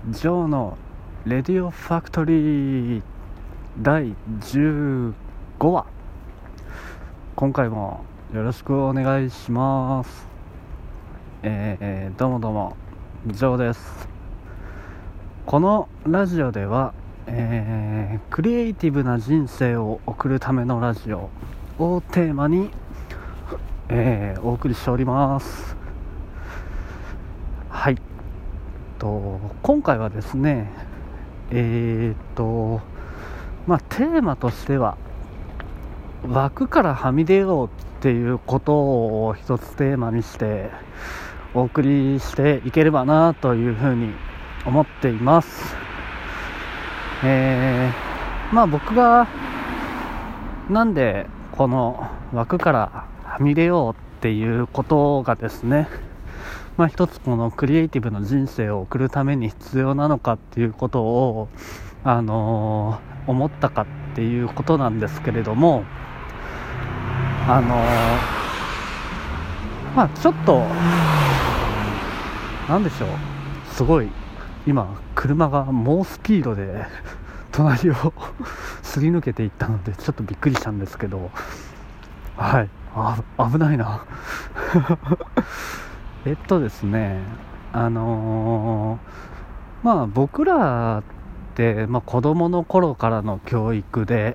ジョーのレディオファクトリー第15話。今回もよろしくお願いします。どうもジョーです。このラジオでは、クリエイティブな人生を送るためのラジオをテーマに、お送りしております。はい。今回はですね、テーマとしては枠からはみ出ようっていうことを一つテーマにしてお送りしていければなというふうに思っています。僕がなんでこの枠からはみ出ようっていうことがですね、一つこのクリエイティブの人生を送るために必要なのかっていうことを、思ったかっていうことなんですけれども、ちょっとなんでしょう、すごい今車が猛スピードで隣をすり抜けていったのでちょっとびっくりしたんですけど、危ないなですね、僕らって、子供の頃からの教育で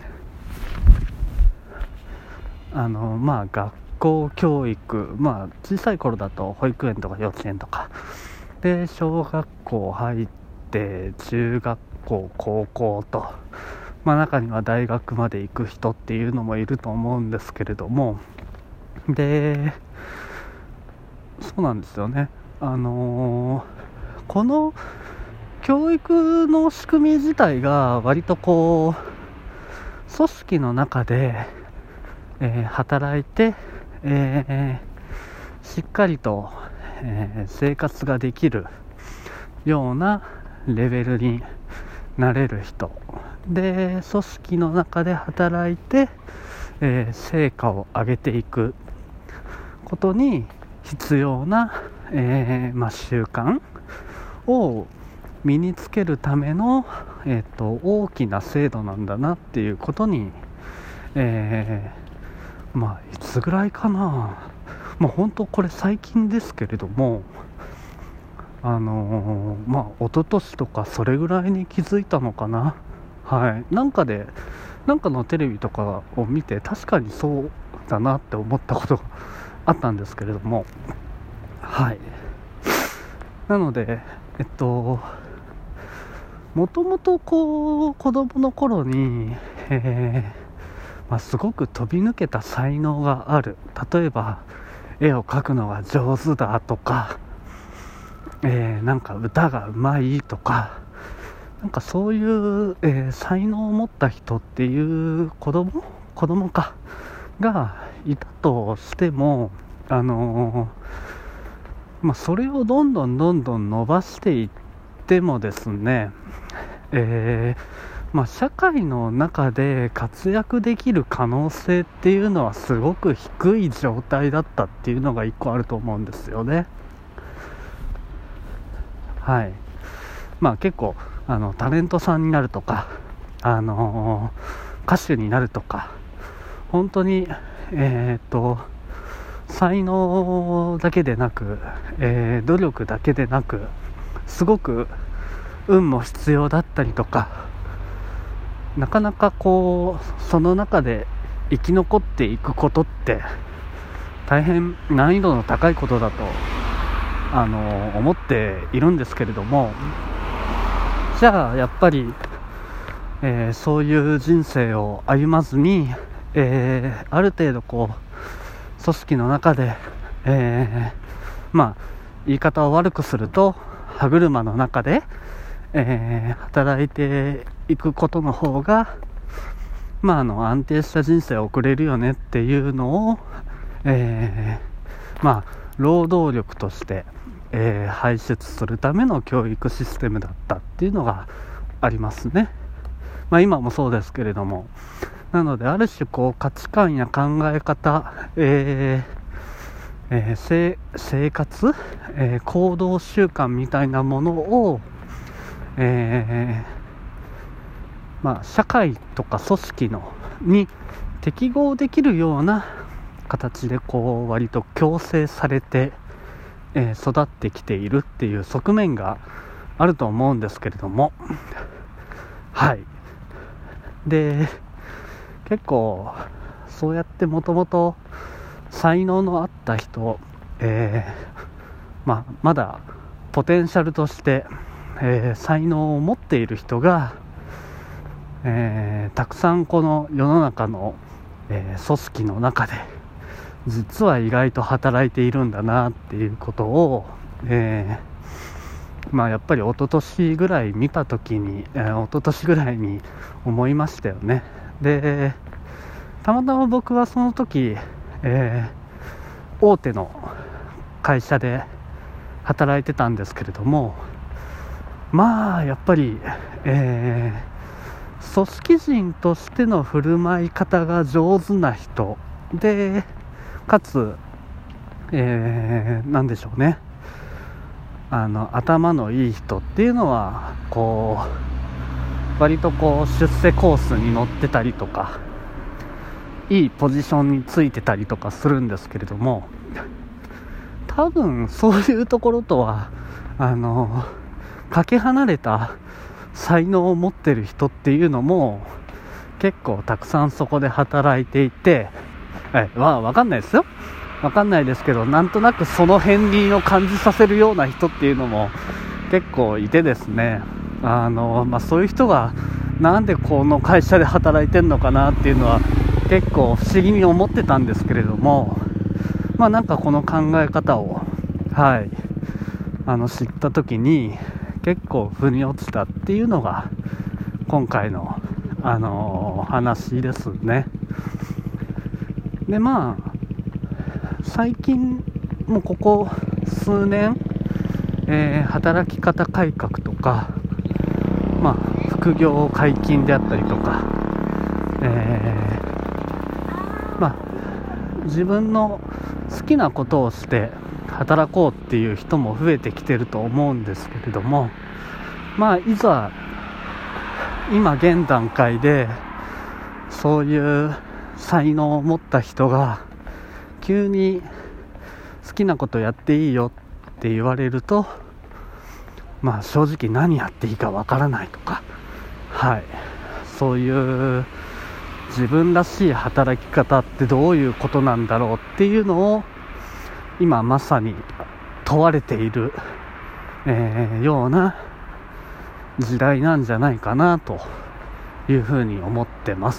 学校教育、小さい頃だと保育園とか幼稚園とかで、小学校入って中学校高校と、中には大学まで行く人っていうのもいると思うんですけれども、でそうなんですよね。この教育の仕組み自体が割と組織の中で、働いて、しっかりと、生活ができるようなレベルになれる人で、組織の中で働いて、成果を上げていくことに必要な、習慣を身につけるための、大きな制度なんだなっていうことに、いつぐらいかな、本当これ最近ですけれども、一昨年とかそれぐらいに気づいたのかな。なんかのテレビとかを見て確かにそうだなって思ったことがあったんですけれども、なのでもともと子供の頃に、すごく飛び抜けた才能がある、例えば絵を描くのが上手だとか、歌がうまいとか、そういう、才能を持った人っていう子供がいたとしても、それをどんどん伸ばしていってもですね、社会の中で活躍できる可能性っていうのはすごく低い状態だったっていうのが一個あると思うんですよね。結構タレントさんになるとか、歌手になるとか、本当に才能だけでなく、努力だけでなく、すごく運も必要だったりとか、なかなかその中で生き残っていくことって大変難易度の高いことだと思っているんですけれども、じゃあやっぱり、そういう人生を歩まずに、ある程度組織の中で、言い方を悪くすると歯車の中で、働いていくことの方が、安定した人生を送れるよねっていうのを、労働力として、輩出するための教育システムだったっていうのがありますね。今もそうですけれども、なのである種価値観や考え方、生活、行動習慣みたいなものを、 社会とか組織に適合できるような形で割と強制されて、育ってきているっていう側面があると思うんですけれども、はい。で、結構そうやってもともと才能のあった人、まだポテンシャルとして、才能を持っている人が、たくさんこの世の中の、組織の中で実は意外と働いているんだなっていうことを、やっぱり一昨年ぐらい見た時に、一昨年ぐらいに思いましたよね。で、たまたま僕はその時、大手の会社で働いてたんですけれども、やっぱり、組織人としての振る舞い方が上手な人で、かつ、なんでしょうね、頭のいい人っていうのは割と出世コースに乗ってたりとか、いいポジションについてたりとかするんですけれども、多分そういうところとはかけ離れた才能を持ってる人っていうのも結構たくさんそこで働いていて、わかんないですよ、わかんないですけど、なんとなくその片鱗を感じさせるような人っていうのも結構いてですね、そういう人がなんでこの会社で働いてるのかなっていうのは結構不思議に思ってたんですけれども、なんかこの考え方を知った時に結構腑に落ちたっていうのが今回の話ですね。で、最近もうここ数年、働き方改革とか、副業解禁であったりとか、自分の好きなことをして働こうっていう人も増えてきてると思うんですけれども、いざ今現段階でそういう才能を持った人が急に好きなことやっていいよって言われると、正直何やっていいかわからないとか、そういう自分らしい働き方ってどういうことなんだろうっていうのを今まさに問われている、ような時代なんじゃないかなというふうに思ってます。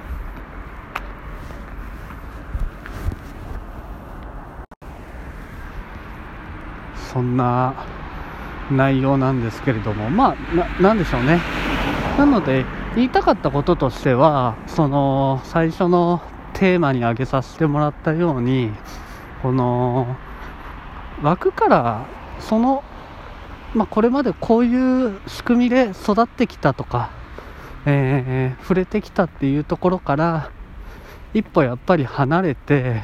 そんな内容なんですけれども、なんでしょうね。なので言いたかったこととしては、その最初のテーマに挙げさせてもらったように、この枠からこれまでこういう仕組みで育ってきたとか、触れてきたっていうところから一歩やっぱり離れて、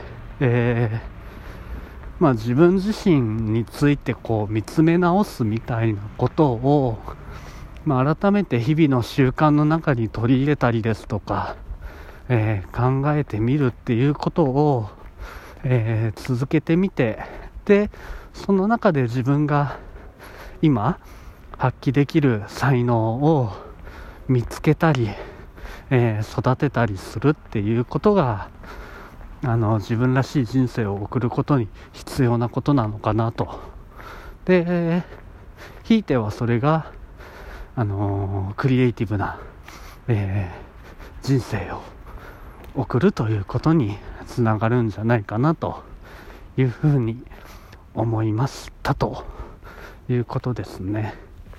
自分自身について見つめ直すみたいなことを、改めて日々の習慣の中に取り入れたりですとか、考えてみるっていうことを、続けてみて、でその中で自分が今発揮できる才能を見つけたり、育てたりするっていうことが自分らしい人生を送ることに必要なことなのかなと。で、ひいてはそれがクリエイティブな、人生を送るということにつながるんじゃないかなというふうに思いましたということですね。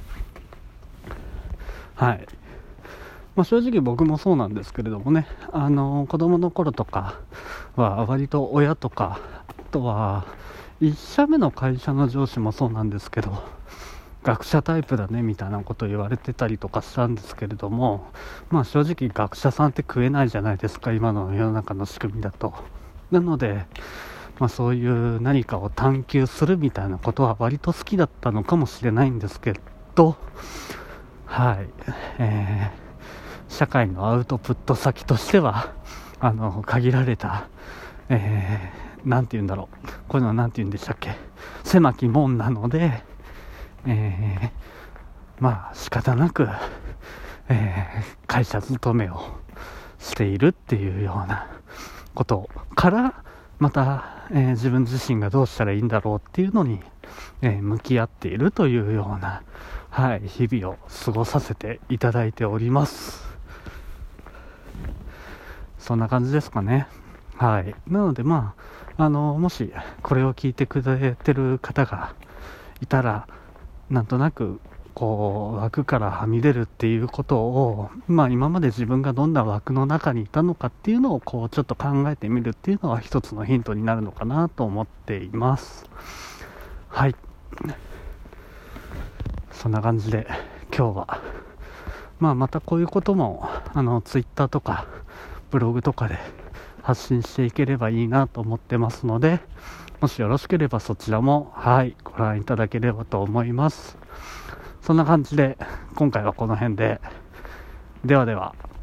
正直僕もそうなんですけれどもね、子供の頃とかは割と親とか、あとは1社目の会社の上司もそうなんですけど、学者タイプだねみたいなことを言われてたりとかしたんですけれども、正直学者さんって食えないじゃないですか、今の世の中の仕組みだと。なので、そういう何かを探求するみたいなことは割と好きだったのかもしれないんですけど、 はい、社会のアウトプット先としては限られた、なんて言うんだろう、こういうのはなんて言うんでしたっけ、狭き門なので、まあ仕方なく、会社勤めをしているっていうようなことからまた、自分自身がどうしたらいいんだろうっていうのに、向き合っているというような、はい、日々を過ごさせていただいております。そんな感じですかね。はい。なのでもしこれを聞いてくれてる方がいたら、なんとなくこう枠からはみ出るっていうことを、今まで自分がどんな枠の中にいたのかっていうのをこうちょっと考えてみるっていうのは一つのヒントになるのかなと思っています。はい、そんな感じで今日はまたこういうこともツイッターとかブログとかで発信していければいいなと思ってますので、もしよろしければそちらもご覧いただければと思います。そんな感じで今回はこの辺で、ではでは。